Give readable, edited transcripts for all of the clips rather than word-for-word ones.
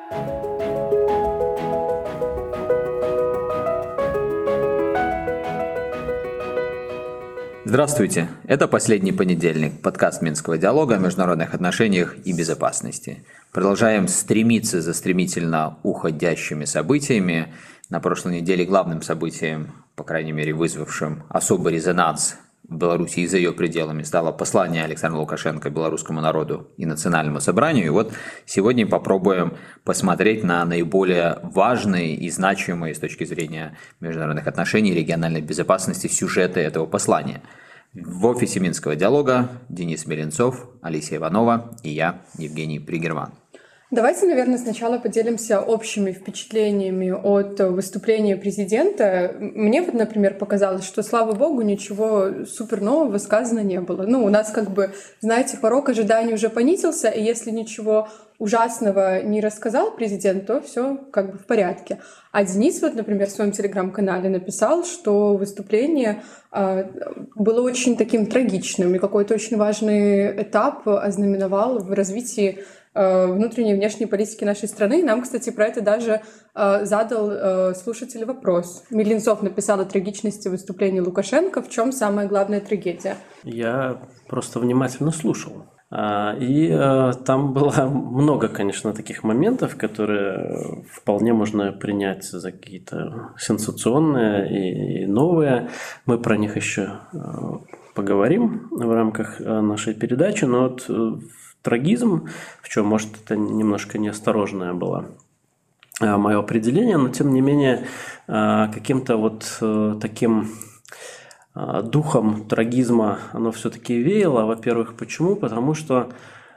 Здравствуйте! Это «Последний понедельник», подкаст Минского диалога о международных отношениях и безопасности. Продолжаем стремиться за стремительно уходящими событиями. На прошлой неделе главным событием, по крайней мере вызвавшим особый резонанс в Беларуси и за ее пределами, стало послание Александра Лукашенко белорусскому народу и национальному собранию. И вот сегодня попробуем посмотреть на наиболее важные и значимые с точки зрения международных отношений и региональной безопасности сюжеты этого послания. В офисе Минского диалога Денис Меленцов, Алисия Иванова и я, Евгений Пригерман. Давайте, наверное, сначала поделимся общими впечатлениями от выступления президента. Мне вот, например, показалось, что, слава богу, ничего супер нового сказано не было. У нас знаете, порог ожидания уже понизился, и если ничего ужасного не рассказал президент, то все в порядке. А Денис, например, в своем телеграм-канале написал, что выступление было очень таким трагичным, и какой-то очень важный этап ознаменовал в развитии внутренней и внешней политики нашей страны. Нам, кстати, про это даже задал слушатель вопрос. Меленцов написал о трагичности выступления Лукашенко. В чем самая главная трагедия? Я просто внимательно слушал. И там было много, конечно, таких моментов, которые вполне можно принять за какие-то сенсационные и новые. Мы про них еще поговорим в рамках нашей передачи, но трагизм, в чем, может, это немножко неосторожное было мое определение, но, тем не менее, каким-то таким духом трагизма оно все-таки веяло. Во-первых, почему? Потому что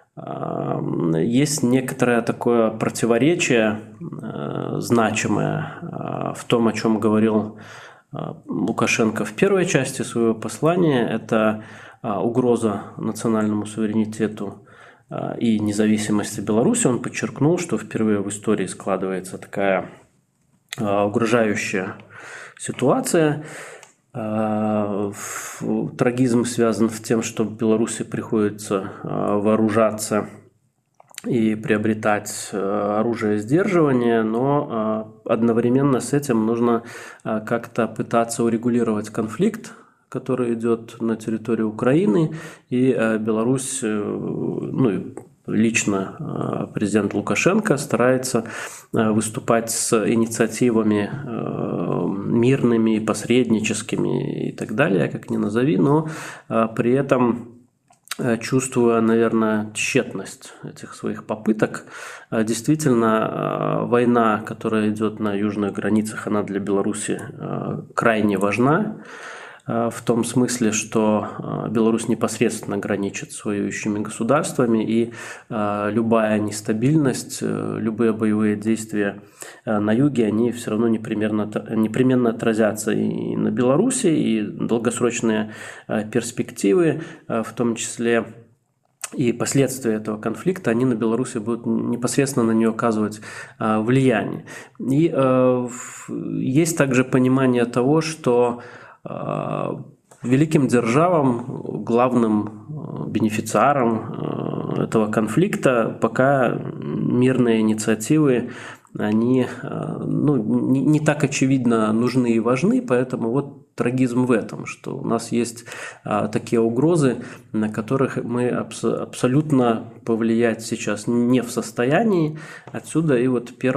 есть некоторое такое противоречие значимое в том, о чем говорил Лукашенко в первой части своего послания. Это угроза национальному суверенитету и независимости Беларуси. Он подчеркнул, что впервые в истории складывается такая угрожающая ситуация. Трагизм связан с тем, что Беларуси приходится вооружаться и приобретать оружие сдерживания, но одновременно с этим нужно как-то пытаться урегулировать конфликт, который идет на территории Украины, и Беларусь, лично президент Лукашенко старается выступать с инициативами мирными, посредническими и так далее, как ни назови, но при этом чувствуя, наверное, тщетность этих своих попыток. Действительно, война, которая идет на южных границах, она для Беларуси крайне важна. В том смысле, что Беларусь непосредственно граничит с воюющими государствами, и любая нестабильность, любые боевые действия на юге, они все равно непременно отразятся и на Беларуси, и долгосрочные перспективы, в том числе и последствия этого конфликта, они на Беларуси будут непосредственно на нее оказывать влияние. И есть также понимание того, что великим державам, главным бенефициаром этого конфликта пока мирные инициативы, они не так очевидно нужны и важны, поэтому трагизм в этом, что у нас есть такие угрозы, на которых мы абсолютно повлиять сейчас не в состоянии. Отсюда и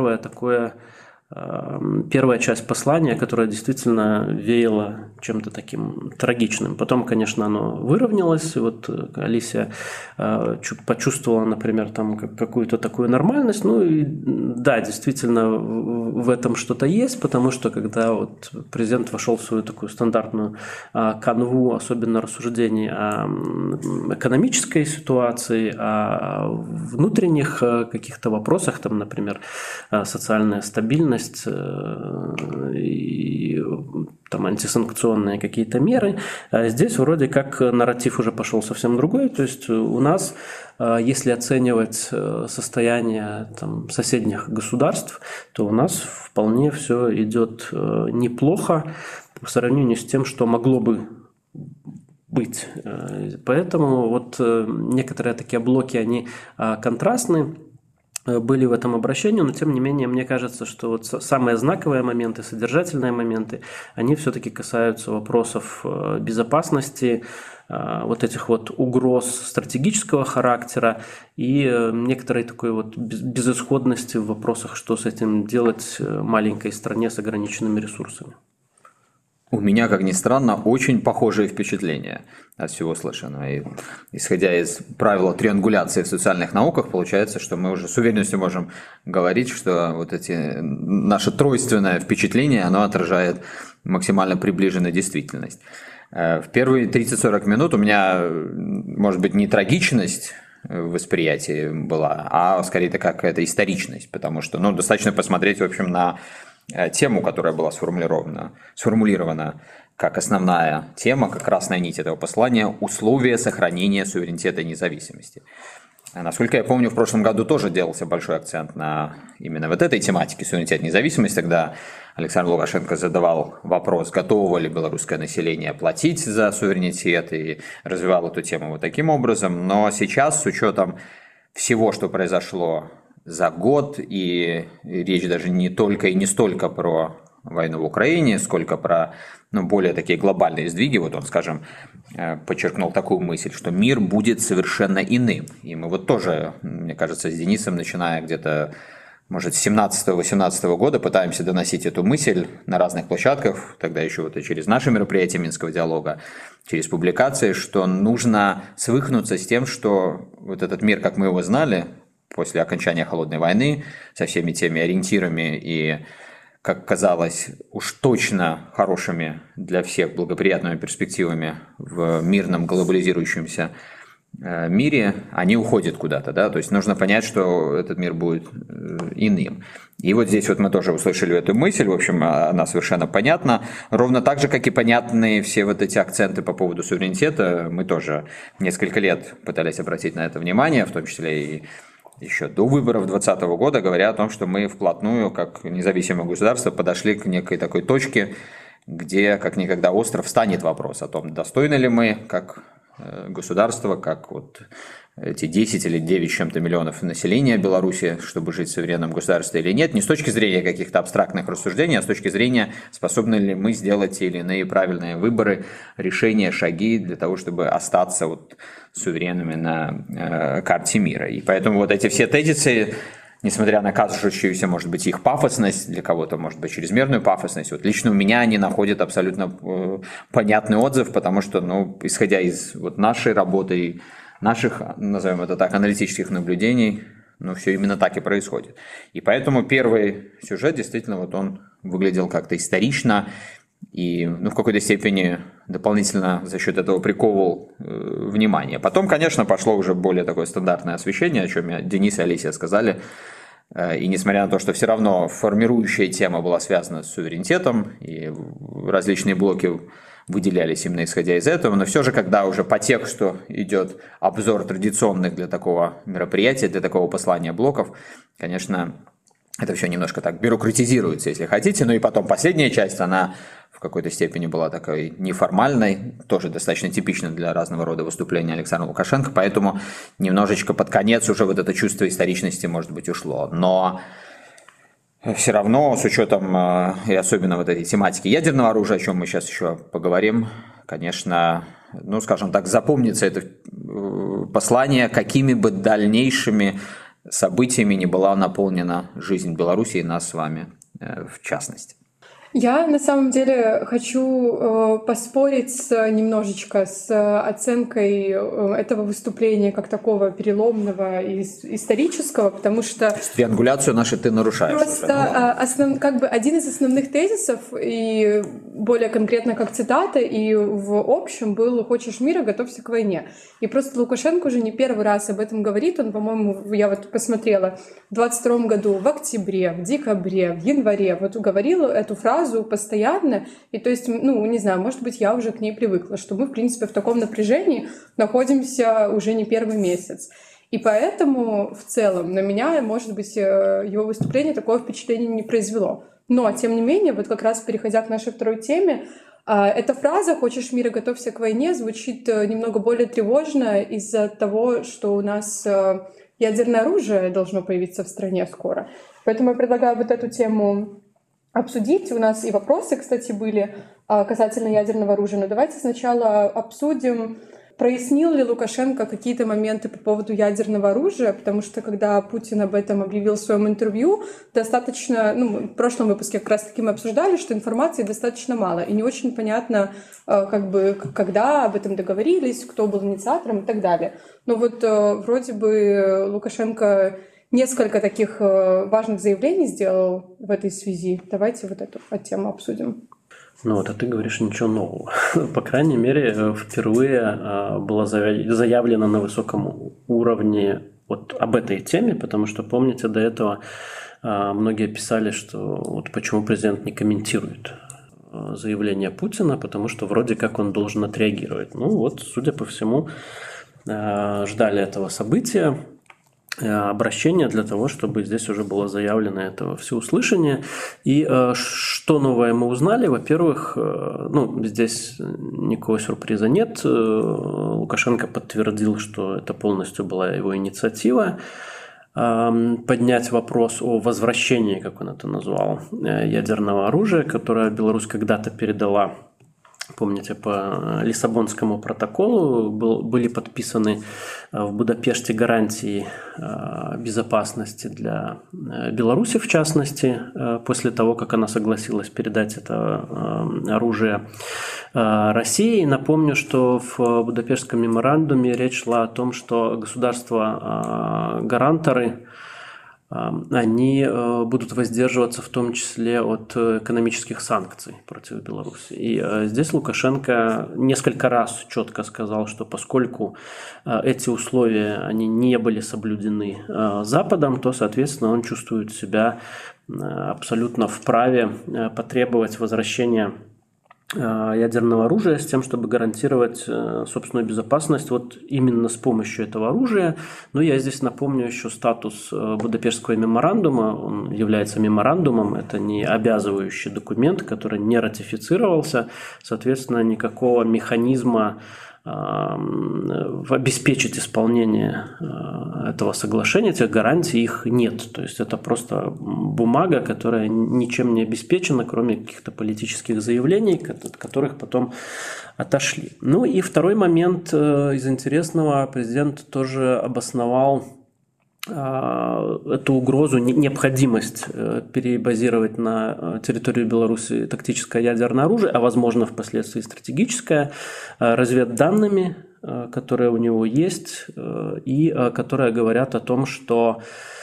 первая часть послания, которая действительно веяла чем-то таким трагичным. Потом, конечно, оно выровнялось. Алисия почувствовала, например, там какую-то такую нормальность. Да, действительно, в этом что-то есть, потому что когда президент вошел в свою такую стандартную канву, особенно рассуждений о экономической ситуации, о внутренних каких-то вопросах, там, например, социальная стабильность, и там антисанкционные какие-то меры. Здесь вроде как нарратив уже пошел совсем другой. То есть у нас, если оценивать состояние соседних государств, то у нас вполне все идет неплохо по сравнению с тем, что могло бы быть. Поэтому некоторые такие блоки, они контрастны. были в этом обращении, но тем не менее, мне кажется, что вот самые знаковые моменты, содержательные моменты, они все-таки касаются вопросов безопасности, вот этих вот угроз стратегического характера и некоторой такой вот безысходности в вопросах, что с этим делать маленькой стране с ограниченными ресурсами. У меня, как ни странно, очень похожие впечатления от всего слышанного. И, исходя из правила триангуляции в социальных науках, получается, что мы уже с уверенностью можем говорить, что вот эти наше тройственное впечатление, оно отражает максимально приближенную действительность. В первые 30-40 минут у меня, может быть, не трагичность в восприятии была, а скорее такая какая-то историчность, потому что достаточно посмотреть, в общем, на тему, которая была сформулирована как основная тема, как красная нить этого послания – условия сохранения суверенитета и независимости. Насколько я помню, в прошлом году тоже делался большой акцент на именно вот этой тематике суверенитет и независимость, когда Александр Лукашенко задавал вопрос, готово ли белорусское население платить за суверенитет, и развивал эту тему вот таким образом. Но сейчас, с учетом всего, что произошло за год, и речь даже не только и не столько про войну в Украине, сколько про более такие глобальные сдвиги. Вот он, скажем, подчеркнул такую мысль, что мир будет совершенно иным. И мы вот тоже, мне кажется, с Денисом, начиная где-то, может, с 17-18 года пытаемся доносить эту мысль на разных площадках, тогда еще вот и через наши мероприятия Минского диалога, через публикации, что нужно свыкнуться с тем, что вот этот мир, как мы его знали, после окончания Холодной войны, со всеми теми ориентирами и, как казалось, уж точно хорошими для всех благоприятными перспективами в мирном глобализирующемся мире, они уходят куда-то, да, то есть нужно понять, что этот мир будет иным. И вот здесь вот мы тоже услышали эту мысль, в общем, она совершенно понятна, ровно так же, как и понятны все вот эти акценты по поводу суверенитета, мы тоже несколько лет пытались обратить на это внимание, в том числе и еще до выборов 2020 года, говоря о том, что мы вплотную, как независимое государство, подошли к некой такой точке, где как никогда остро встанет вопрос о том, достойны ли мы, как государство, как вот эти 10 или 9 с чем-то миллионов населения Беларуси, чтобы жить в суверенном государстве или нет, не с точки зрения каких-то абстрактных рассуждений, а с точки зрения, способны ли мы сделать те или иные правильные выборы, решения, шаги для того, чтобы остаться вот суверенными на карте мира. И поэтому вот эти все тезисы, несмотря на кажущуюся, может быть, их пафосность, для кого-то, может быть, чрезмерную пафосность, вот лично у меня они находят абсолютно понятный отзыв, потому что, исходя из вот нашей работы и наших, назовем это так, аналитических наблюдений, все именно так и происходит. И поэтому первый сюжет, действительно, вот он выглядел как-то исторично и, в какой-то степени дополнительно за счет этого приковывал внимание. Потом, конечно, пошло уже более такое стандартное освещение, о чем Денис и Алисия сказали. И несмотря на то, что все равно формирующая тема была связана с суверенитетом, и различные блоки выделялись именно исходя из этого, но все же, когда уже по тексту идет обзор традиционных для такого мероприятия, для такого послания блоков, конечно, это все немножко так бюрократизируется, если хотите. И потом последняя часть, она в какой-то степени была такой неформальной, тоже достаточно типично для разного рода выступления Александра Лукашенко, поэтому немножечко под конец уже вот это чувство историчности, может быть, ушло. Но все равно, с учетом и особенно вот этой тематики ядерного оружия, о чем мы сейчас еще поговорим, конечно, скажем так, запомнится это послание, какими бы дальнейшими событиями не была наполнена жизнь Беларуси и нас с вами в частности. Я на самом деле хочу поспорить немножечко с оценкой этого выступления как такого переломного и исторического, потому что... Триангуляцию нашу ты нарушаешь. Просто один из основных тезисов, и более конкретно как цитата, и в общем был «Хочешь мира, готовься к войне». И просто Лукашенко уже не первый раз об этом говорит. Он, по-моему, я вот посмотрела, в 2022 году, в октябре, в декабре, в январе вот говорил эту фразу постоянно, и то есть, не знаю, может быть, я уже к ней привыкла, что мы, в принципе, в таком напряжении находимся уже не первый месяц. И поэтому, в целом, на меня, может быть, его выступление такое впечатление не произвело. Но, тем не менее, вот как раз переходя к нашей второй теме, эта фраза «Хочешь мира, готовься к войне» звучит немного более тревожно из-за того, что у нас ядерное оружие должно появиться в стране скоро. Поэтому я предлагаю вот эту тему обсудить. У нас и вопросы, кстати, были касательно ядерного оружия. Но давайте сначала обсудим, прояснил ли Лукашенко какие-то моменты по поводу ядерного оружия, потому что когда Путин об этом объявил в своем интервью, достаточно, в прошлом выпуске как раз-таки мы обсуждали, что информации достаточно мало, и не очень понятно, когда об этом договорились, кто был инициатором и так далее. Но вот вроде бы Лукашенко несколько таких важных заявлений сделал в этой связи. Давайте вот эту тему обсудим. А ты говоришь ничего нового. По крайней мере, впервые было заявлено на высоком уровне об этой теме, потому что, помните, до этого многие писали, что почему президент не комментирует заявление Путина, потому что вроде как он должен отреагировать. Судя по всему, ждали этого события, обращение для того, чтобы здесь уже было заявлено это всеуслышание. И что новое мы узнали? Во-первых, здесь никакого сюрприза нет. Лукашенко подтвердил, что это полностью была его инициатива поднять вопрос о возвращении, как он это назвал, ядерного оружия, которое Беларусь когда-то передала. Помните, по Лиссабонскому протоколу были подписаны в Будапеште гарантии безопасности для Беларуси, в частности, после того, как она согласилась передать это оружие России. Напомню, что в Будапештском меморандуме речь шла о том, что государства-гаранторы они будут воздерживаться в том числе от экономических санкций против Беларуси. И здесь Лукашенко несколько раз четко сказал, что поскольку эти условия они не были соблюдены Западом, то, соответственно, он чувствует себя абсолютно вправе потребовать возвращения ядерного оружия с тем, чтобы гарантировать собственную безопасность именно с помощью этого оружия. Но я здесь напомню еще статус Будапештского меморандума. Он является меморандумом, это не обязывающий документ, который не ратифицировался. Соответственно, никакого механизма обеспечить исполнение этого соглашения, этих гарантий, их нет. То есть это просто бумага, которая ничем не обеспечена, кроме каких-то политических заявлений, от которых потом отошли. И второй момент из интересного. Президент тоже обосновал эту угрозу, необходимость перебазировать на территорию Беларуси тактическое ядерное оружие, а возможно впоследствии стратегическое, разведданными, которые у него есть, и которые говорят о том, что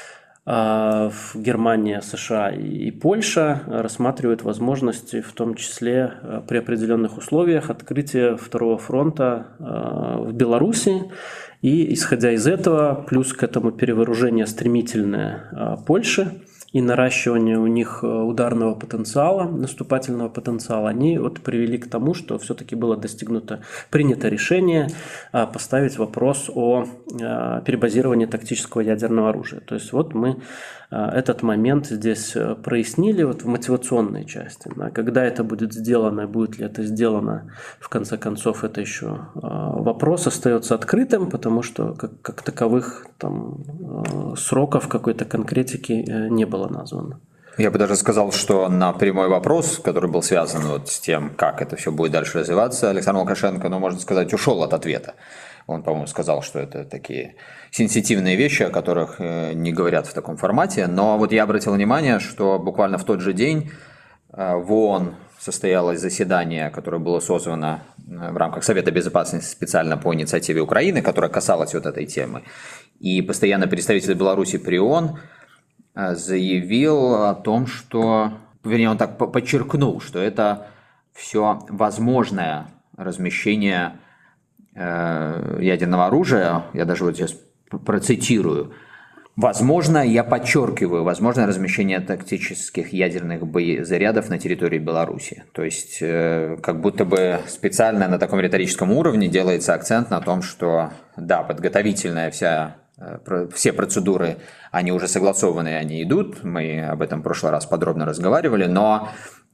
Германия, США и Польша рассматривают возможности, в том числе при определенных условиях, открытия второго фронта в Беларуси. И, исходя из этого, плюс к этому перевооружение стремительное Польши и наращивание у них ударного потенциала, наступательного потенциала, они привели к тому, что все-таки было принято решение поставить вопрос о перебазировании тактического ядерного оружия. То есть мы этот момент здесь прояснили в мотивационной части. Когда это будет сделано, будет ли это сделано, в конце концов, это еще вопрос остается открытым, потому что как таковых сроков какой-то конкретики не было названо. Я бы даже сказал, что на прямой вопрос, который был связан с тем, как это все будет дальше развиваться, Александр Лукашенко, можно сказать, ушел от ответа. Он, по-моему, сказал, что это такие сенситивные вещи, о которых не говорят в таком формате. Но я обратил внимание, что буквально в тот же день в ООН состоялось заседание, которое было созвано в рамках Совета Безопасности специально по инициативе Украины, которое касалось этой темы. И постоянный представитель Беларуси при ООН заявил о том, что, он так подчеркнул, что это все возможное размещение ядерного оружия, я даже сейчас процитирую, возможно, я подчеркиваю, возможное размещение тактических ядерных боезарядов на территории Беларуси. То есть, как будто бы специально на таком риторическом уровне делается акцент на том, что, да, подготовительная вся все процедуры, они уже согласованы, они идут. Мы об этом в прошлый раз подробно разговаривали, но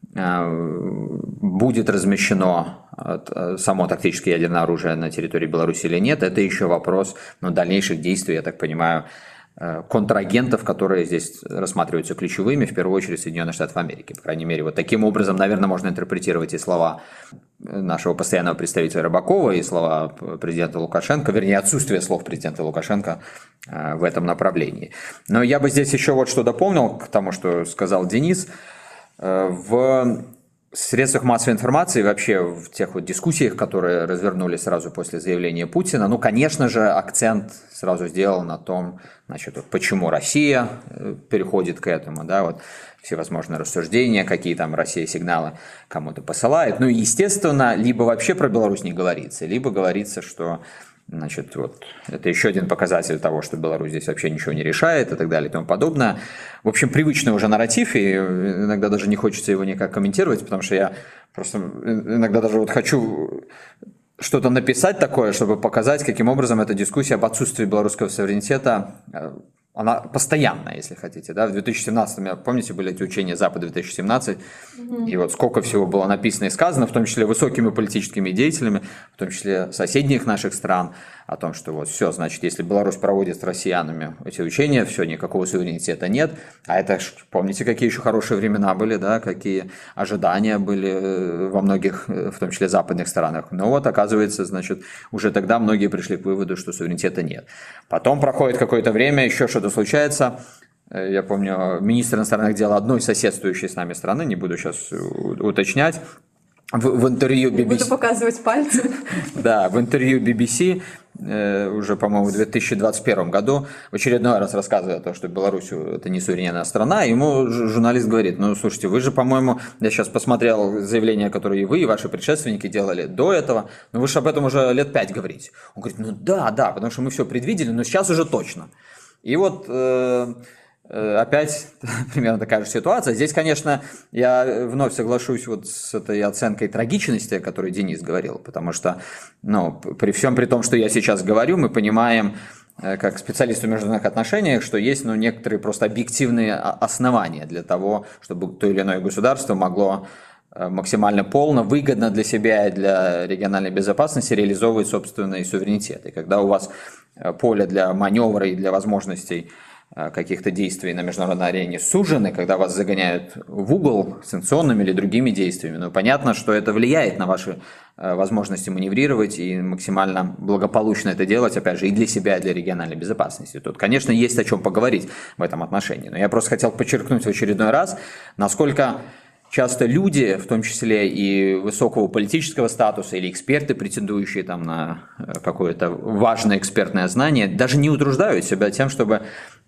будет размещено само тактическое ядерное оружие на территории Беларуси или нет, это еще вопрос дальнейших действий, я так понимаю, контрагентов, которые здесь рассматриваются ключевыми, в первую очередь Соединенных Штатов Америки. По крайней мере, вот таким образом, наверное, можно интерпретировать и слова нашего постоянного представителя Рыбакова, и слова президента Лукашенко, вернее, отсутствие слов президента Лукашенко в этом направлении. Но я бы здесь еще вот что дополнил к тому, что сказал Денис. В средствах массовой информации, вообще в тех вот дискуссиях, которые развернулись сразу после заявления Путина, конечно же, акцент сразу сделал на том, почему Россия переходит к этому, вот всевозможные рассуждения, какие там Россия сигналы кому-то посылает. И, естественно, либо вообще про Беларусь не говорится, либо говорится, что это еще один показатель того, что Беларусь здесь вообще ничего не решает и так далее и тому подобное. В общем, привычный уже нарратив, и иногда даже не хочется его никак комментировать, потому что я просто иногда даже хочу что-то написать такое, чтобы показать, каким образом эта дискуссия об отсутствии белорусского суверенитета, она постоянная, если хотите. В 2017, помните, были эти учения Запада-2017, и вот сколько всего было написано и сказано, в том числе высокими политическими деятелями, в том числе соседних наших стран, о том, что вот все, значит, если Беларусь проводит с россиянами эти учения, все, никакого суверенитета нет. А это, помните, какие еще хорошие времена были, какие ожидания были во многих, в том числе западных странах. Но вот, оказывается, значит, уже тогда многие пришли к выводу, что суверенитета нет. Потом проходит какое-то время, еще что-то случается. Я помню, министр иностранных дел одной соседствующей с нами страны, не буду сейчас уточнять, в интервью BBC... Буду показывать пальцем. Да, в интервью BBC уже, по-моему, в 2021 году в очередной раз рассказывая о том, что Беларусь – это не суверенная страна, ему журналист говорит: слушайте, вы же, по-моему, я сейчас посмотрел заявления, которые и вы, и ваши предшественники делали до этого, но вы же об этом уже лет 5 говорите. Он говорит: да, потому что мы все предвидели, но сейчас уже точно. И вот... опять примерно такая же ситуация. Здесь, конечно, я вновь соглашусь вот с этой оценкой трагичности, о которой Денис говорил, потому что, при всем при том, что я сейчас говорю, мы понимаем, как специалисты в международных отношениях, что есть некоторые просто объективные основания для того, чтобы то или иное государство могло максимально полно, выгодно для себя и для региональной безопасности реализовывать собственный суверенитет. И когда у вас поле для маневра и для возможностей каких-то действий на международной арене сужены, когда вас загоняют в угол санкционными или другими действиями, понятно, что это влияет на ваши возможности маневрировать и максимально благополучно это делать, опять же, и для себя, и для региональной безопасности. Тут, конечно, есть о чем поговорить в этом отношении, но я просто хотел подчеркнуть в очередной раз, насколько часто люди, в том числе и высокого политического статуса или эксперты, претендующие на какое-то важное экспертное знание, даже не утруждают себя тем, чтобы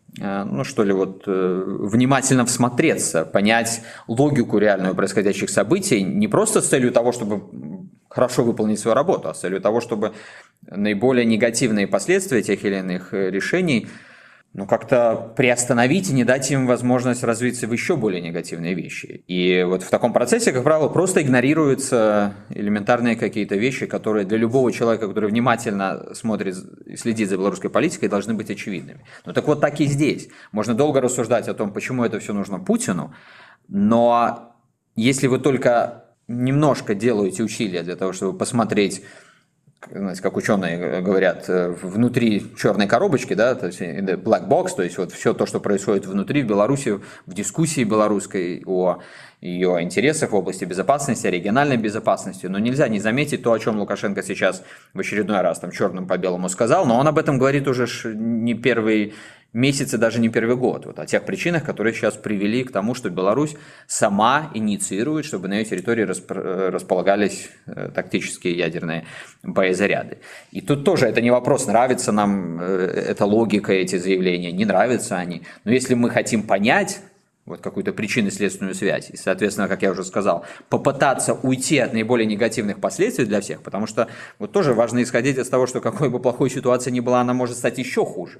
внимательно всмотреться, понять логику реальную происходящих событий, не просто с целью того, чтобы хорошо выполнить свою работу, а с целью того, чтобы наиболее негативные последствия тех или иных решений как-то приостановить и не дать им возможность развиться в еще более негативные вещи. И вот в таком процессе, как правило, просто игнорируются элементарные какие-то вещи, которые для любого человека, который внимательно смотрит и следит за белорусской политикой, должны быть очевидными. Так вот, так и здесь. Можно долго рассуждать о том, почему это все нужно Путину, но если вы только немножко делаете усилия для того, чтобы посмотреть, знаете, как ученые говорят, внутри черной коробочки, то есть black box, то есть вот все то, что происходит внутри в Беларуси, в дискуссии белорусской о ее интересах в области безопасности, о региональной безопасности, но нельзя не заметить то, о чем Лукашенко сейчас в очередной раз черным по белому сказал, но он об этом говорит уже не первый месяц и даже не первый год, о тех причинах, которые сейчас привели к тому, что Беларусь сама инициирует, чтобы на ее территории располагались тактические ядерные боезаряды. И тут тоже это не вопрос, нравится нам эта логика, эти заявления, не нравятся они, но если мы хотим понять какую-то причинно-следственную связь, и, соответственно, как я уже сказал, попытаться уйти от наиболее негативных последствий для всех, потому что тоже важно исходить из того, что какой бы плохой ситуация ни была, она может стать еще хуже.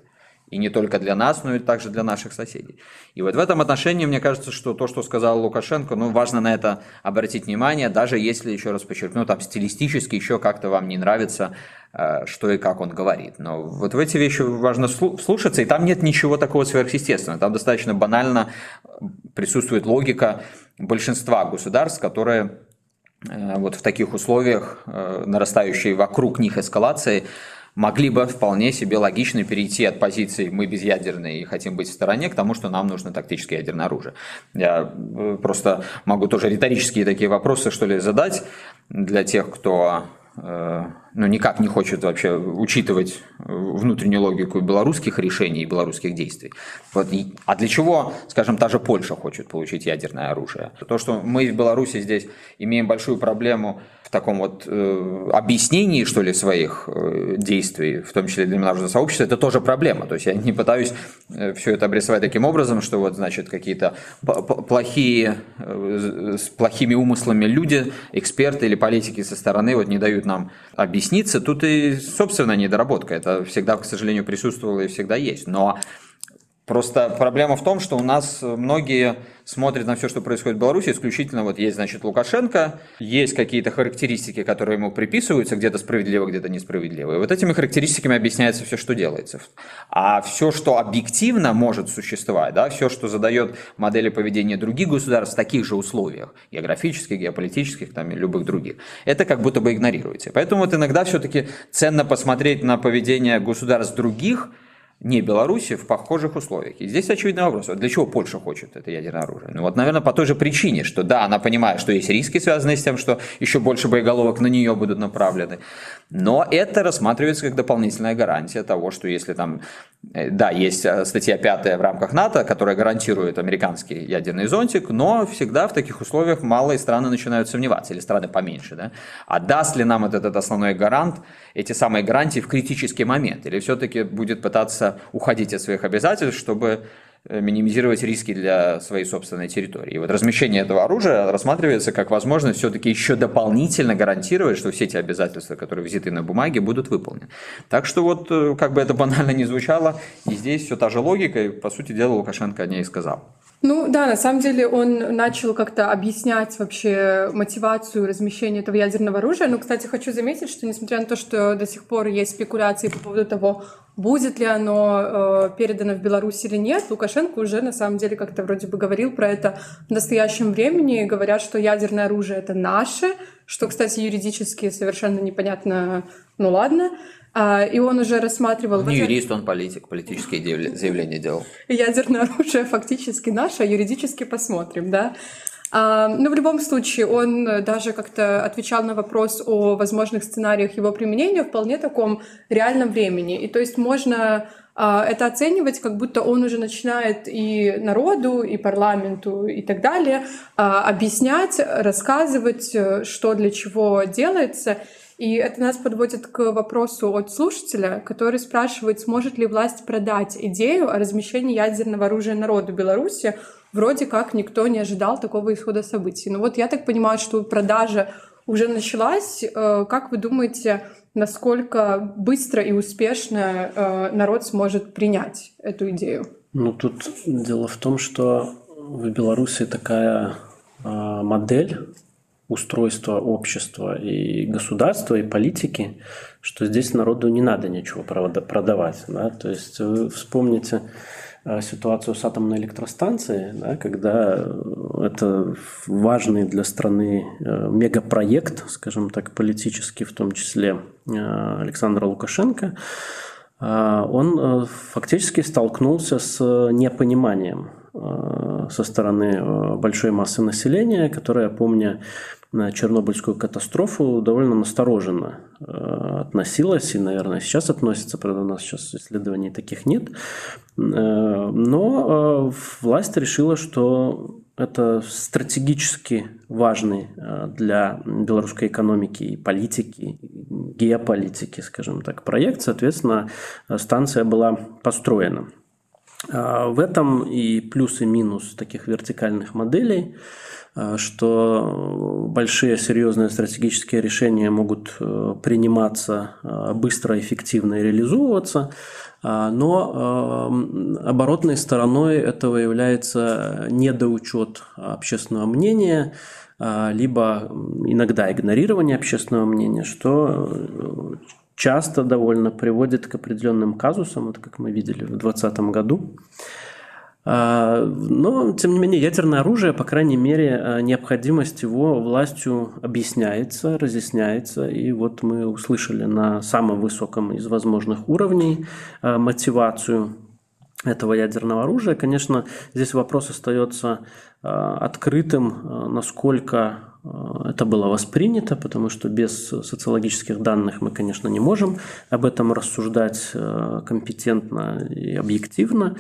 И не только для нас, но и также для наших соседей. И вот в этом отношении, мне кажется, что то, что сказал Лукашенко, важно на это обратить внимание, даже если, еще раз подчеркну, там стилистически еще как-то вам не нравится, что и как он говорит. Но вот в эти вещи важно слушаться, и там нет ничего такого сверхъестественного. Там достаточно банально присутствует логика большинства государств, которые вот в таких условиях, нарастающей вокруг них эскалации, могли бы вполне себе логично перейти от позиции «мы безъядерные и хотим быть в стороне» к тому, что нам нужно тактическое ядерное оружие. Я просто могу тоже риторические такие вопросы, что ли, задать для тех, кто никак не хочет вообще учитывать внутреннюю логику белорусских решений и белорусских действий. Вот. А для чего, скажем, та же Польша хочет получить ядерное оружие? То, что мы в Беларуси здесь имеем большую проблему в таком вот объяснении, что ли, своих действий, в том числе для международного сообщества, это тоже проблема. То есть я не пытаюсь все это обрисовать таким образом, что вот, значит, какие-то плохие, с плохими умыслами люди, эксперты или политики со стороны вот не дают нам объясниться. Тут и собственная недоработка. Это всегда, к сожалению, присутствовало и всегда есть. Но просто проблема в том, что у нас многие смотрят на все, что происходит в Беларуси, исключительно вот есть, значит, Лукашенко, есть какие-то характеристики, которые ему приписываются, где-то справедливо, где-то несправедливо. И вот этими характеристиками объясняется все, что делается. А все, что объективно может существовать, да, все, что задает модели поведения других государств в таких же условиях, географических, геополитических, там, и любых других, это как будто бы игнорируется. Поэтому вот иногда все-таки ценно посмотреть на поведение государств других, не Беларуси, в похожих условиях. И здесь очевидный вопрос. Для чего Польша хочет это ядерное оружие? Наверное, по той же причине, что да, она понимает, что есть риски, связанные с тем, что еще больше боеголовок на нее будут направлены. Но это рассматривается как дополнительная гарантия того, что если там, да, есть статья 5 в рамках НАТО, которая гарантирует американский ядерный зонтик, но всегда в таких условиях малые страны начинают сомневаться, или страны поменьше, да? А даст ли нам этот основной гарант эти самые гарантии в критический момент? Или все-таки будет пытаться уходить от своих обязательств, чтобы минимизировать риски для своей собственной территории. И вот размещение этого оружия рассматривается как возможность все-таки еще дополнительно гарантировать, что все эти обязательства, которые взяты на бумаге, будут выполнены. Так что вот, как бы это банально ни звучало, и здесь все та же логика, и, по сути дела, Лукашенко о ней и сказал. Да, на самом деле он начал как-то объяснять вообще мотивацию размещения этого ядерного оружия. Кстати, хочу заметить, что несмотря на то, что до сих пор есть спекуляции по поводу того, будет ли оно передано в Беларусь или нет, Лукашенко уже на самом деле как-то вроде бы говорил про это в настоящем времени. Говорят, что ядерное оружие — это наше, что, кстати, юридически совершенно непонятно, ладно. И он уже рассматривал... Не юрист, он политик, политические заявления делал. Ядерное оружие фактически наше, а юридически посмотрим, да. В любом случае, он даже как-то отвечал на вопрос о возможных сценариях его применения в вполне таком реальном времени. И то есть можно это оценивать, как будто он уже начинает и народу, и парламенту, и так далее объяснять, рассказывать, что для чего делается. И это нас подводит к вопросу от слушателя, который спрашивает, сможет ли власть продать идею о размещении ядерного оружия народу Беларуси. Вроде как никто не ожидал такого исхода событий. Я так понимаю, что продажа уже началась. Как вы думаете, насколько быстро и успешно народ сможет принять эту идею? Тут дело в том, что в Беларуси такая модель устройства общества и государства, и политики, что здесь народу не надо ничего продавать. Да? То есть вы вспомните ситуацию с атомной электростанцией, да, когда это важный для страны мегапроект, скажем так, политический, в том числе Александра Лукашенко, он фактически столкнулся с непониманием со стороны большой массы населения, которая, помня Чернобыльскую катастрофу, довольно настороженно относилась и, наверное, сейчас относится, правда, у нас сейчас исследований таких нет, но власть решила, что это стратегически важный для белорусской экономики и политики, геополитики, скажем так, проект, соответственно, станция была построена. В этом и плюс, и минус таких вертикальных моделей, что большие серьезные стратегические решения могут приниматься быстро, эффективно и реализовываться, но оборотной стороной этого является недоучет общественного мнения, либо иногда игнорирование общественного мнения, что часто довольно приводит к определенным казусам, вот как мы видели в 2020 году. Но, тем не менее, ядерное оружие, по крайней мере, необходимость его властью объясняется, разъясняется. И вот мы услышали на самом высоком из возможных уровней мотивацию этого ядерного оружия. Конечно, здесь вопрос остается открытым, насколько это было воспринято, потому что без социологических данных мы, конечно, не можем об этом рассуждать компетентно и объективно,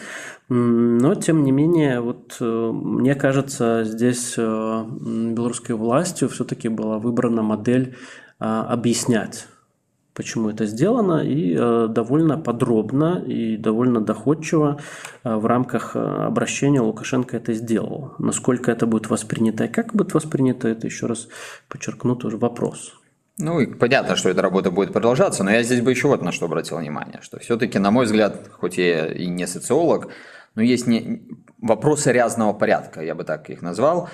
но, тем не менее, вот, мне кажется, здесь белорусской властью все-таки была выбрана модель объяснять, почему это сделано, и довольно подробно и довольно доходчиво в рамках обращения Лукашенко это сделал. Насколько это будет воспринято и как будет воспринято, это, еще раз подчеркну, тоже вопрос. Ну, и понятно, что эта работа будет продолжаться, но я здесь бы еще вот на что обратил внимание, что все-таки, на мой взгляд, хоть я и не социолог, но есть вопросы разного порядка, я бы так их назвал,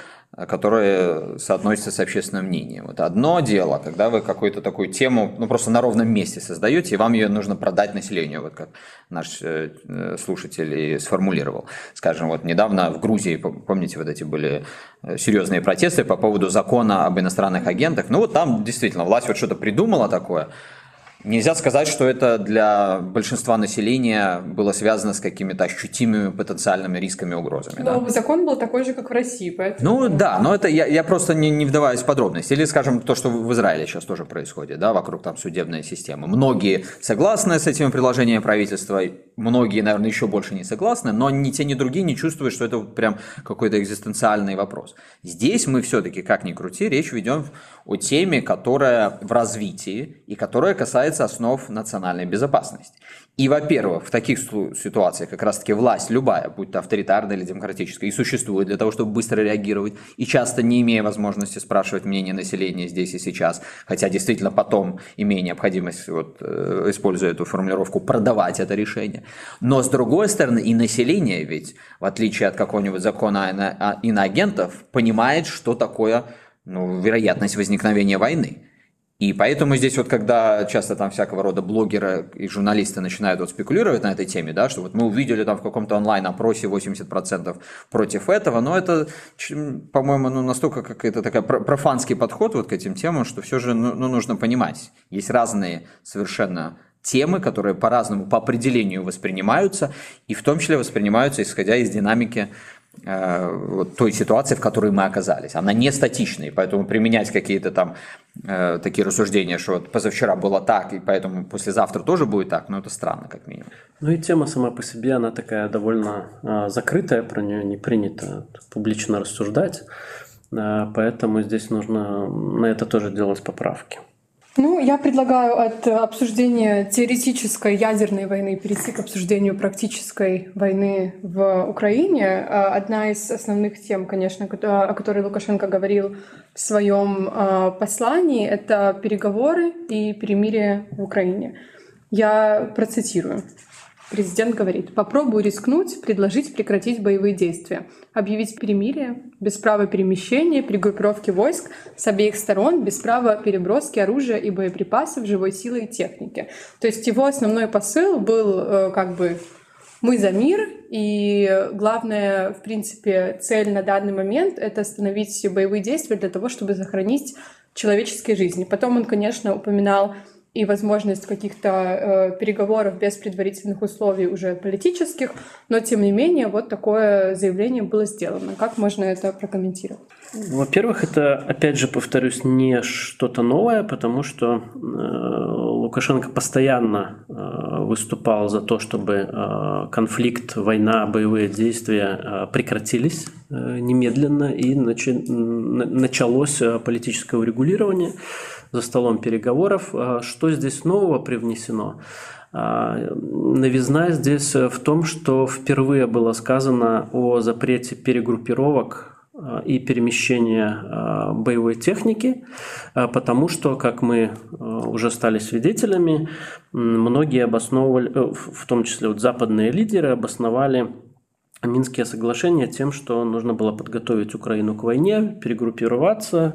которые соотносятся с общественным мнением. Вот одно дело, когда вы какую-то такую тему, просто на ровном месте создаете, и вам ее нужно продать населению, вот как наш слушатель и сформулировал. Скажем, вот недавно в Грузии, помните, вот эти были серьезные протесты по поводу закона об иностранных агентах. Ну вот там действительно власть вот что-то придумала такое. Нельзя сказать, что это для большинства населения было связано с какими-то ощутимыми потенциальными рисками и угрозами. Но да? закон был такой же, как в России, поэтому... Ну да, но это я просто не вдаваюсь в подробности. Или, скажем, то, что в Израиле сейчас тоже происходит, да, вокруг там судебной системы. Многие согласны с этими предложениями правительства, многие, наверное, еще больше не согласны, но ни те, ни другие не чувствуют, что это прям какой-то экзистенциальный вопрос. Здесь мы все-таки, как ни крути, речь ведем о теме, которая в развитии и которая касается основ национальной безопасности. И, во-первых, в таких ситуациях как раз-таки власть любая, будь то авторитарная или демократическая, и существует для того, чтобы быстро реагировать, и часто не имея возможности спрашивать мнение населения здесь и сейчас, хотя действительно потом, имея необходимость, вот, используя эту формулировку, продавать это решение. Но, с другой стороны, и население ведь, в отличие от какого-нибудь закона о иноагентов, понимает, что такое вероятность возникновения войны. И поэтому здесь вот, когда часто там всякого рода блогеры и журналисты начинают вот спекулировать на этой теме, да, что вот мы увидели там в каком-то онлайн-опросе 80% против этого, но это, по-моему, настолько какой-то такой профанский подход вот к этим темам, что все же нужно понимать, есть разные совершенно темы, которые по-разному по определению воспринимаются, и в том числе воспринимаются исходя из динамики вот той ситуации, в которой мы оказались. Она не статичная, и поэтому применять какие-то там такие рассуждения, что вот позавчера было так, и поэтому послезавтра тоже будет так, это странно, как минимум. Ну и тема сама по себе, она такая довольно закрытая, про нее не принято публично рассуждать, поэтому здесь нужно на это тоже делать поправки. Я предлагаю от обсуждения теоретической ядерной войны перейти к обсуждению практической войны в Украине. Одна из основных тем, конечно, о которой Лукашенко говорил в своем послании, это переговоры и перемирие в Украине. Я процитирую. Президент говорит: «Попробую рискнуть, предложить прекратить боевые действия, объявить перемирие, без права перемещения, при группировке войск с обеих сторон, без права переброски оружия и боеприпасов, живой силы и техники». То есть его основной посыл был мы за мир, и главная, в принципе, цель на данный момент — это остановить боевые действия для того, чтобы сохранить человеческие жизни. Потом он, конечно, упоминал и возможность каких-то переговоров без предварительных условий уже политических, но тем не менее вот такое заявление было сделано. Как можно это прокомментировать? Во-первых, это, опять же, повторюсь, не что-то новое, потому что Лукашенко постоянно выступал за то, чтобы конфликт, война, боевые действия прекратились немедленно, и началось политическое урегулирование за столом переговоров. Что здесь нового привнесено? Новизна здесь в том, что впервые было сказано о запрете перегруппировок и перемещения боевой техники, потому что, как мы уже стали свидетелями, многие обосновывали, в том числе вот западные лидеры, обосновали Минские соглашения тем, что нужно было подготовить Украину к войне, перегруппироваться,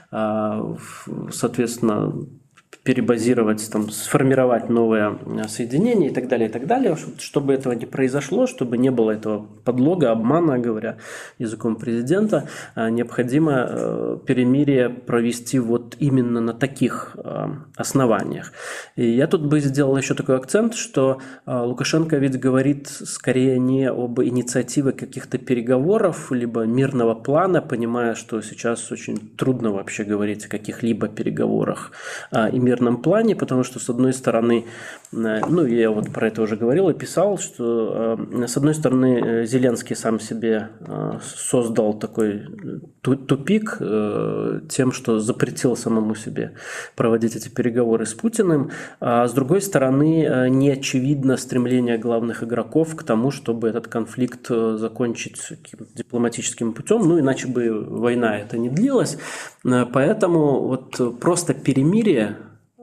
соответственно, перебазировать, там, сформировать новые соединения и так далее, чтобы этого не произошло, чтобы не было этого подлога, обмана, говоря языком президента, необходимо перемирие провести вот именно на таких основаниях. И я тут бы сделал еще такой акцент, что Лукашенко ведь говорит скорее не об инициативе каких-то переговоров, либо мирного плана, понимая, что сейчас очень трудно вообще говорить о каких-либо переговорах и мирном плане, потому что, с одной стороны, ну, я вот про это уже говорил и писал, что, с одной стороны, Зеленский сам себе создал такой тупик тем, что запретил самому себе проводить эти переговоры с Путиным, а с другой стороны, не очевидно стремление главных игроков к тому, чтобы этот конфликт закончить дипломатическим путем, ну, иначе бы война это не длилась, поэтому вот просто перемирие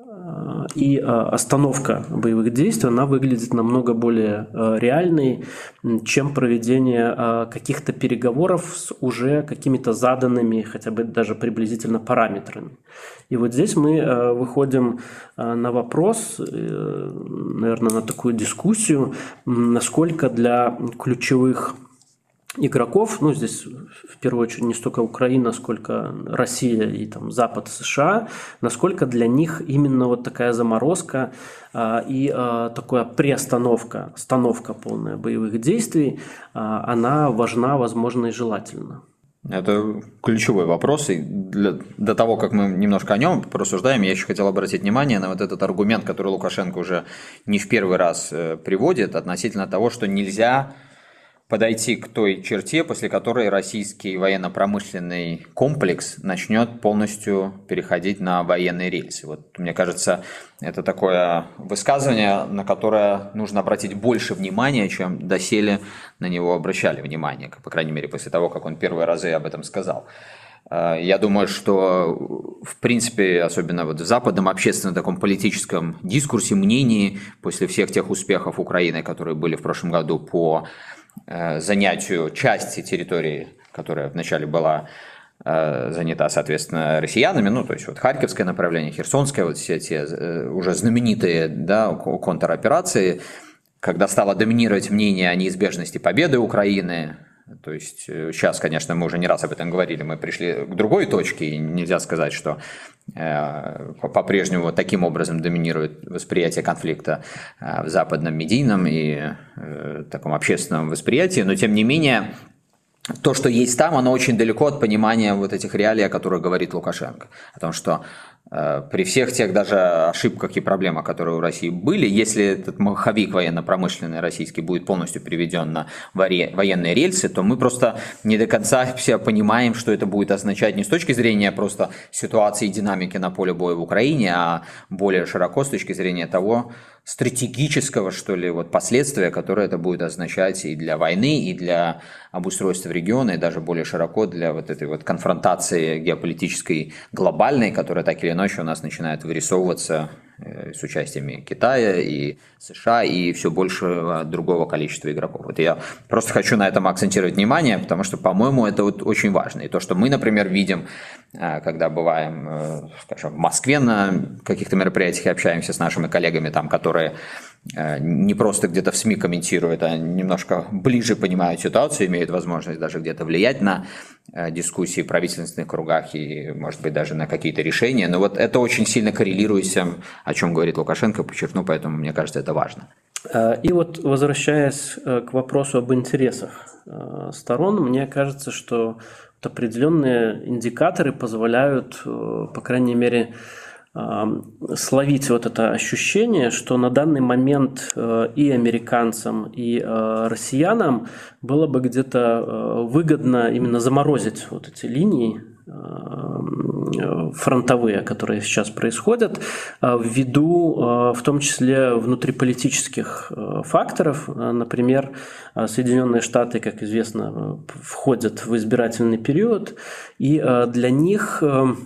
и остановка боевых действий, она выглядит намного более реальной, чем проведение каких-то переговоров с уже какими-то заданными, хотя бы даже приблизительно параметрами. И вот здесь мы выходим на вопрос, наверное, на такую дискуссию, насколько для ключевых игроков, ну, здесь в первую очередь не столько Украина, сколько Россия и там Запад, США, насколько для них именно вот такая заморозка и такая приостановка, остановка полная боевых действий, она важна, возможно, и желательна. Это ключевой вопрос, и до того, как мы немножко о нем порассуждаем, я еще хотел обратить внимание на вот этот аргумент, который Лукашенко уже не в первый раз приводит, относительно того, что нельзя подойти к той черте, после которой российский военно-промышленный комплекс начнет полностью переходить на военные рельсы. Вот, мне кажется, это такое высказывание, на которое нужно обратить больше внимания, чем доселе на него обращали внимание, по крайней мере, после того, как он первые разы об этом сказал. Я думаю, что, в принципе, особенно вот в западном общественном таком политическом дискурсе, мнении, после всех тех успехов Украины, которые были в прошлом году по занятию части территории, которая вначале была занята, соответственно, россиянами, ну, то есть вот Харьковское направление, Херсонское, вот все те уже знаменитые, да, контроперации, когда стало доминировать мнение о неизбежности победы Украины. То есть сейчас, конечно, мы уже не раз об этом говорили, мы пришли к другой точке, и нельзя сказать, что по-прежнему таким образом доминирует восприятие конфликта в западном медийном и таком общественном восприятии, но тем не менее то, что есть там, оно очень далеко от понимания вот этих реалий, о которых говорит Лукашенко, о том, что при всех тех даже ошибках и проблемах, которые у России были, если этот маховик военно-промышленный российский будет полностью переведен на военные рельсы, то мы просто не до конца все понимаем, что это будет означать не с точки зрения просто ситуации и динамики на поле боя в Украине, а более широко с точки зрения того стратегического, что ли, вот последствия, которые это будет означать и для войны, и для обустройства региона, и даже более широко для вот этой вот конфронтации геополитической глобальной, которая так или иначе у нас начинает вырисовываться с участием Китая и США и все большего другого количества игроков. Вот я просто хочу на этом акцентировать внимание, потому что, по-моему, это вот очень важно. И то, что мы, например, видим, когда бываем, скажем, в Москве на каких-то мероприятиях и общаемся с нашими коллегами там, которые не просто где-то в СМИ комментируют, а немножко ближе понимают ситуацию, имеют возможность даже где-то влиять на дискуссии в правительственных кругах и, может быть, даже на какие-то решения. Но вот это очень сильно коррелирует с тем, о чем говорит Лукашенко, подчеркну, поэтому мне кажется, это важно. И вот, возвращаясь к вопросу об интересах сторон, мне кажется, что вот определенные индикаторы позволяют, по крайней мере, словить вот это ощущение, что на данный момент и американцам, и россиянам было бы где-то выгодно именно заморозить вот эти линии фронтовые, которые сейчас происходят, ввиду в том числе внутриполитических факторов. Например, Соединенные Штаты, как известно, входят в избирательный период, и для них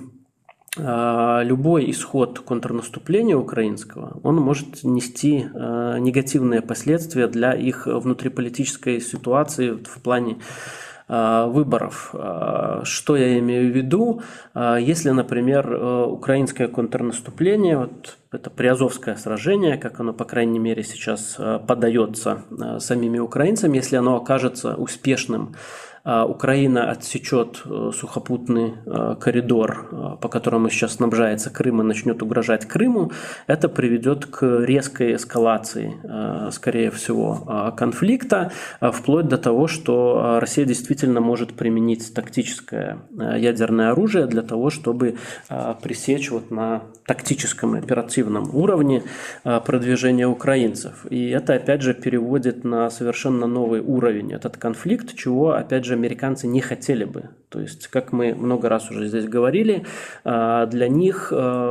любой исход контрнаступления украинского, он может нести негативные последствия для их внутриполитической ситуации в плане выборов. Что я имею в виду? Если, например, украинское контрнаступление, вот это Приазовское сражение, как оно, по крайней мере, сейчас подается самими украинцами, если оно окажется успешным, Украина отсечет сухопутный коридор, по которому сейчас снабжается Крым, и начнет угрожать Крыму, это приведет к резкой эскалации, скорее всего, конфликта, вплоть до того, что Россия действительно может применить тактическое ядерное оружие для того, чтобы пресечь вот на тактическом и оперативном уровне продвижение украинцев. И это, опять же, переводит на совершенно новый уровень этот конфликт, чего, опять же, американцы не хотели бы. То есть, как мы много раз уже здесь говорили, для них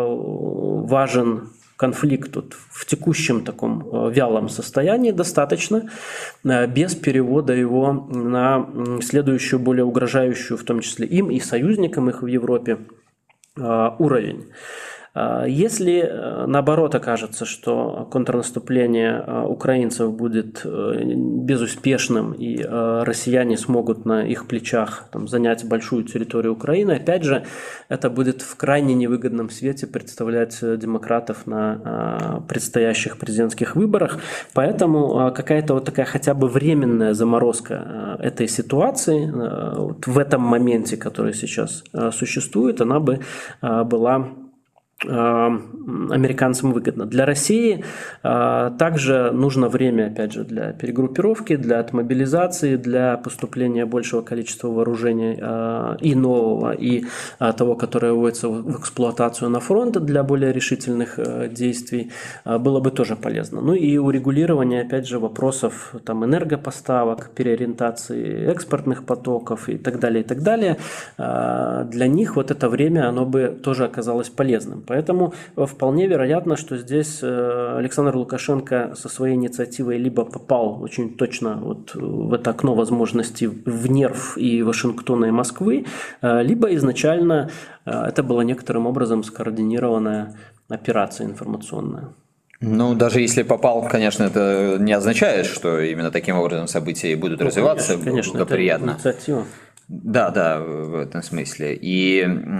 важен конфликт вот в текущем таком вялом состоянии достаточно, без перевода его на следующую, более угрожающую, в том числе им и союзникам их в Европе, уровень. Если, наоборот, окажется, что контрнаступление украинцев будет безуспешным и россияне смогут на их плечах занять большую территорию Украины, опять же, это будет в крайне невыгодном свете представлять демократов на предстоящих президентских выборах. Поэтому какая-то вот такая хотя бы временная заморозка этой ситуации вот в этом моменте, который сейчас существует, она бы была американцам выгодно. Для России также нужно время, опять же, для перегруппировки, для отмобилизации, для поступления большего количества вооружения и нового, и того, которое вводится в эксплуатацию на фронт для более решительных действий, было бы тоже полезно. Ну и урегулирование, опять же, вопросов энергопоставок, переориентации экспортных потоков и так далее, и так далее. Для них вот это время, оно бы тоже оказалось полезным. Поэтому вполне вероятно, что здесь Александр Лукашенко со своей инициативой либо попал очень точно вот в это окно возможностей в нерв и Вашингтона, и Москвы, либо изначально это была некоторым образом скоординированная операция информационная. Ну, даже если попал, конечно, это не означает, что именно таким образом события и будут развиваться. Конечно, благоприятно. это инициатива. Да, в этом смысле. И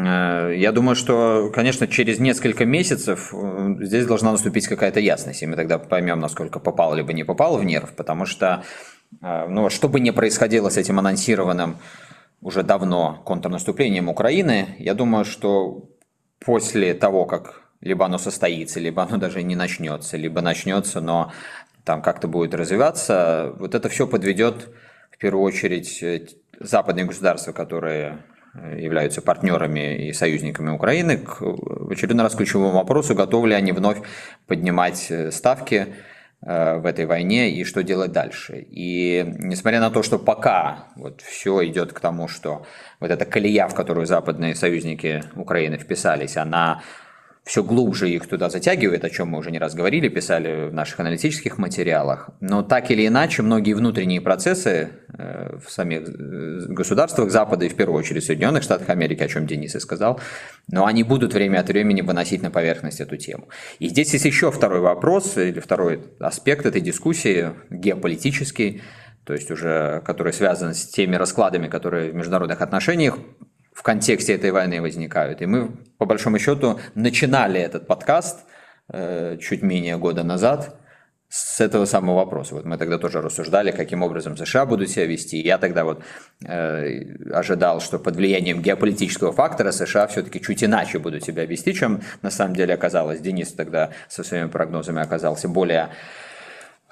я думаю, что, конечно, через несколько месяцев здесь должна наступить какая-то ясность, и мы тогда поймем, насколько попал либо не попал в нерв, потому что, что бы ни происходило с этим анонсированным уже давно контрнаступлением Украины, я думаю, что после того, как либо оно состоится, либо оно даже не начнется, либо начнется, но там как-то будет развиваться, вот это все подведет в первую очередь западные государства, которые являются партнерами и союзниками Украины, в очередной раз ключевому вопросу, готовы ли они вновь поднимать ставки в этой войне и что делать дальше. И несмотря на то, что пока вот все идет к тому, что вот эта колея, в которую западные союзники Украины вписались, она все глубже их туда затягивает, о чем мы уже не раз говорили, писали в наших аналитических материалах. Но так или иначе, многие внутренние процессы в самих государствах Запада, и в первую очередь в Соединенных Штатах Америки, о чем Денис и сказал, но они будут время от времени выносить на поверхность эту тему. И здесь есть еще второй вопрос, или второй аспект этой дискуссии, геополитический, то есть уже который связан с теми раскладами, которые в международных отношениях в контексте этой войны возникают. И мы, по большому счету, начинали этот подкаст чуть менее года назад с этого самого вопроса. Вот мы тогда тоже рассуждали, каким образом США будут себя вести. Я тогда вот ожидал, что под влиянием геополитического фактора США все-таки чуть иначе будут себя вести, чем на самом деле оказалось. Денис тогда со своими прогнозами оказался более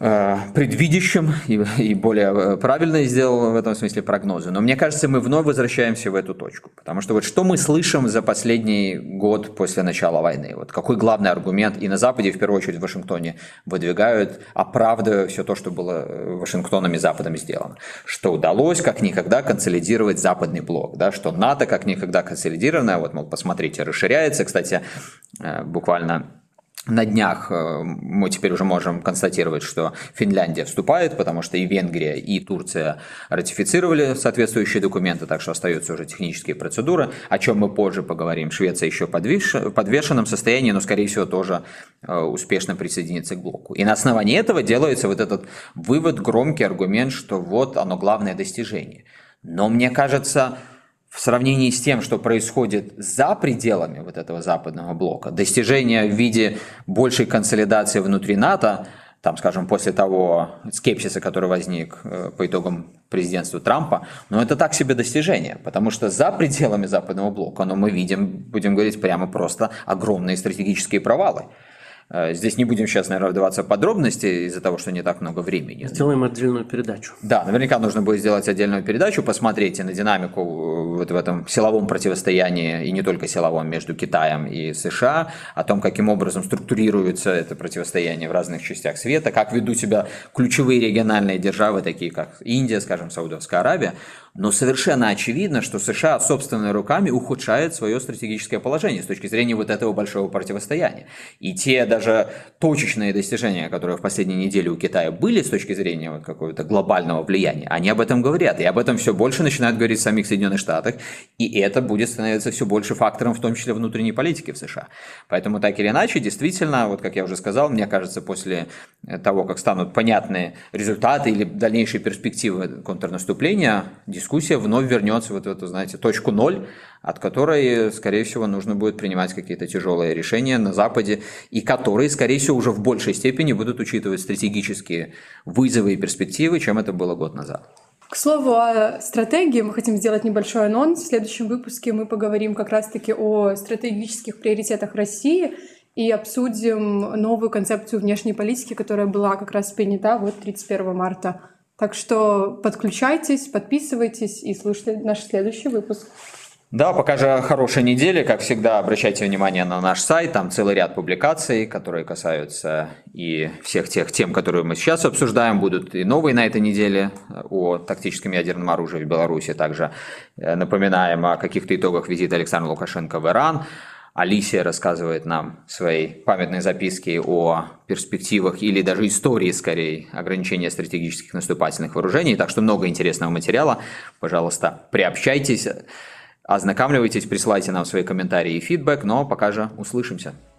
предвидящим и более правильно сделал в этом смысле прогнозы. Но мне кажется, мы вновь возвращаемся в эту точку. Потому что вот что мы слышим за последний год после начала войны? Вот какой главный аргумент и на Западе, и в первую очередь в Вашингтоне, выдвигают, оправдывая все то, что было Вашингтоном и Западом сделано? Что удалось как никогда консолидировать Западный блок, да? Что НАТО как никогда консолидированное, вот, мол, посмотрите, расширяется. Кстати, буквально на днях мы теперь уже можем констатировать, что Финляндия вступает, потому что и Венгрия, и Турция ратифицировали соответствующие документы, так что остаются уже технические процедуры, о чем мы позже поговорим. Швеция еще в подвешенном состоянии, но, скорее всего, тоже успешно присоединится к блоку. И на основании этого делается вот этот вывод, громкий аргумент, что вот оно главное достижение. Но мне кажется, в сравнении с тем, что происходит за пределами вот этого западного блока, достижения в виде большей консолидации внутри НАТО, там, скажем, после того скепсиса, который возник по итогам президентства Трампа, но это так себе достижение, потому что за пределами западного блока, но мы видим, будем говорить прямо просто, огромные стратегические провалы. Здесь не будем сейчас, наверное, вдаваться в подробности из-за того, что не так много времени. Сделаем отдельную передачу. Да, наверняка нужно будет сделать отдельную передачу, посмотреть на динамику вот в этом силовом противостоянии, и не только силовом, между Китаем и США, о том, каким образом структурируется это противостояние в разных частях света, как ведут себя ключевые региональные державы, такие как Индия, скажем, Саудовская Аравия. Но совершенно очевидно, что США собственными руками ухудшают свое стратегическое положение с точки зрения вот этого большого противостояния. И те даже точечные достижения, которые в последние недели у Китая были с точки зрения вот какого-то глобального влияния, они об этом говорят. И об этом все больше начинают говорить в самих Соединенных Штатах. И это будет становиться все больше фактором, в том числе внутренней политики в США. Поэтому так или иначе, действительно, вот как я уже сказал, мне кажется, после того, как станут понятны результаты или дальнейшие перспективы контрнаступления, дискуссия вновь вернется вот в эту, знаете, точку ноль, от которой, скорее всего, нужно будет принимать какие-то тяжелые решения на Западе, и которые, скорее всего, уже в большей степени будут учитывать стратегические вызовы и перспективы, чем это было год назад. К слову о стратегии, мы хотим сделать небольшой анонс. В следующем выпуске мы поговорим как раз-таки о стратегических приоритетах России и обсудим новую концепцию внешней политики, которая была как раз принята вот 31 марта. Так что подключайтесь, подписывайтесь и слушайте наш следующий выпуск. Да, пока же хорошей недели. Как всегда, обращайте внимание на наш сайт. Там целый ряд публикаций, которые касаются и всех тех тем, которые мы сейчас обсуждаем. Будут и новые на этой неделе о тактическом ядерном оружии в Беларуси. Также напоминаем о каких-то итогах визита Александра Лукашенко в Иран. Алисия рассказывает нам в своей памятной записке о перспективах или даже истории, скорее, ограничения стратегических наступательных вооружений. Так что много интересного материала. Пожалуйста, приобщайтесь, ознакомливайтесь, присылайте нам свои комментарии и фидбэк. Но пока же услышимся.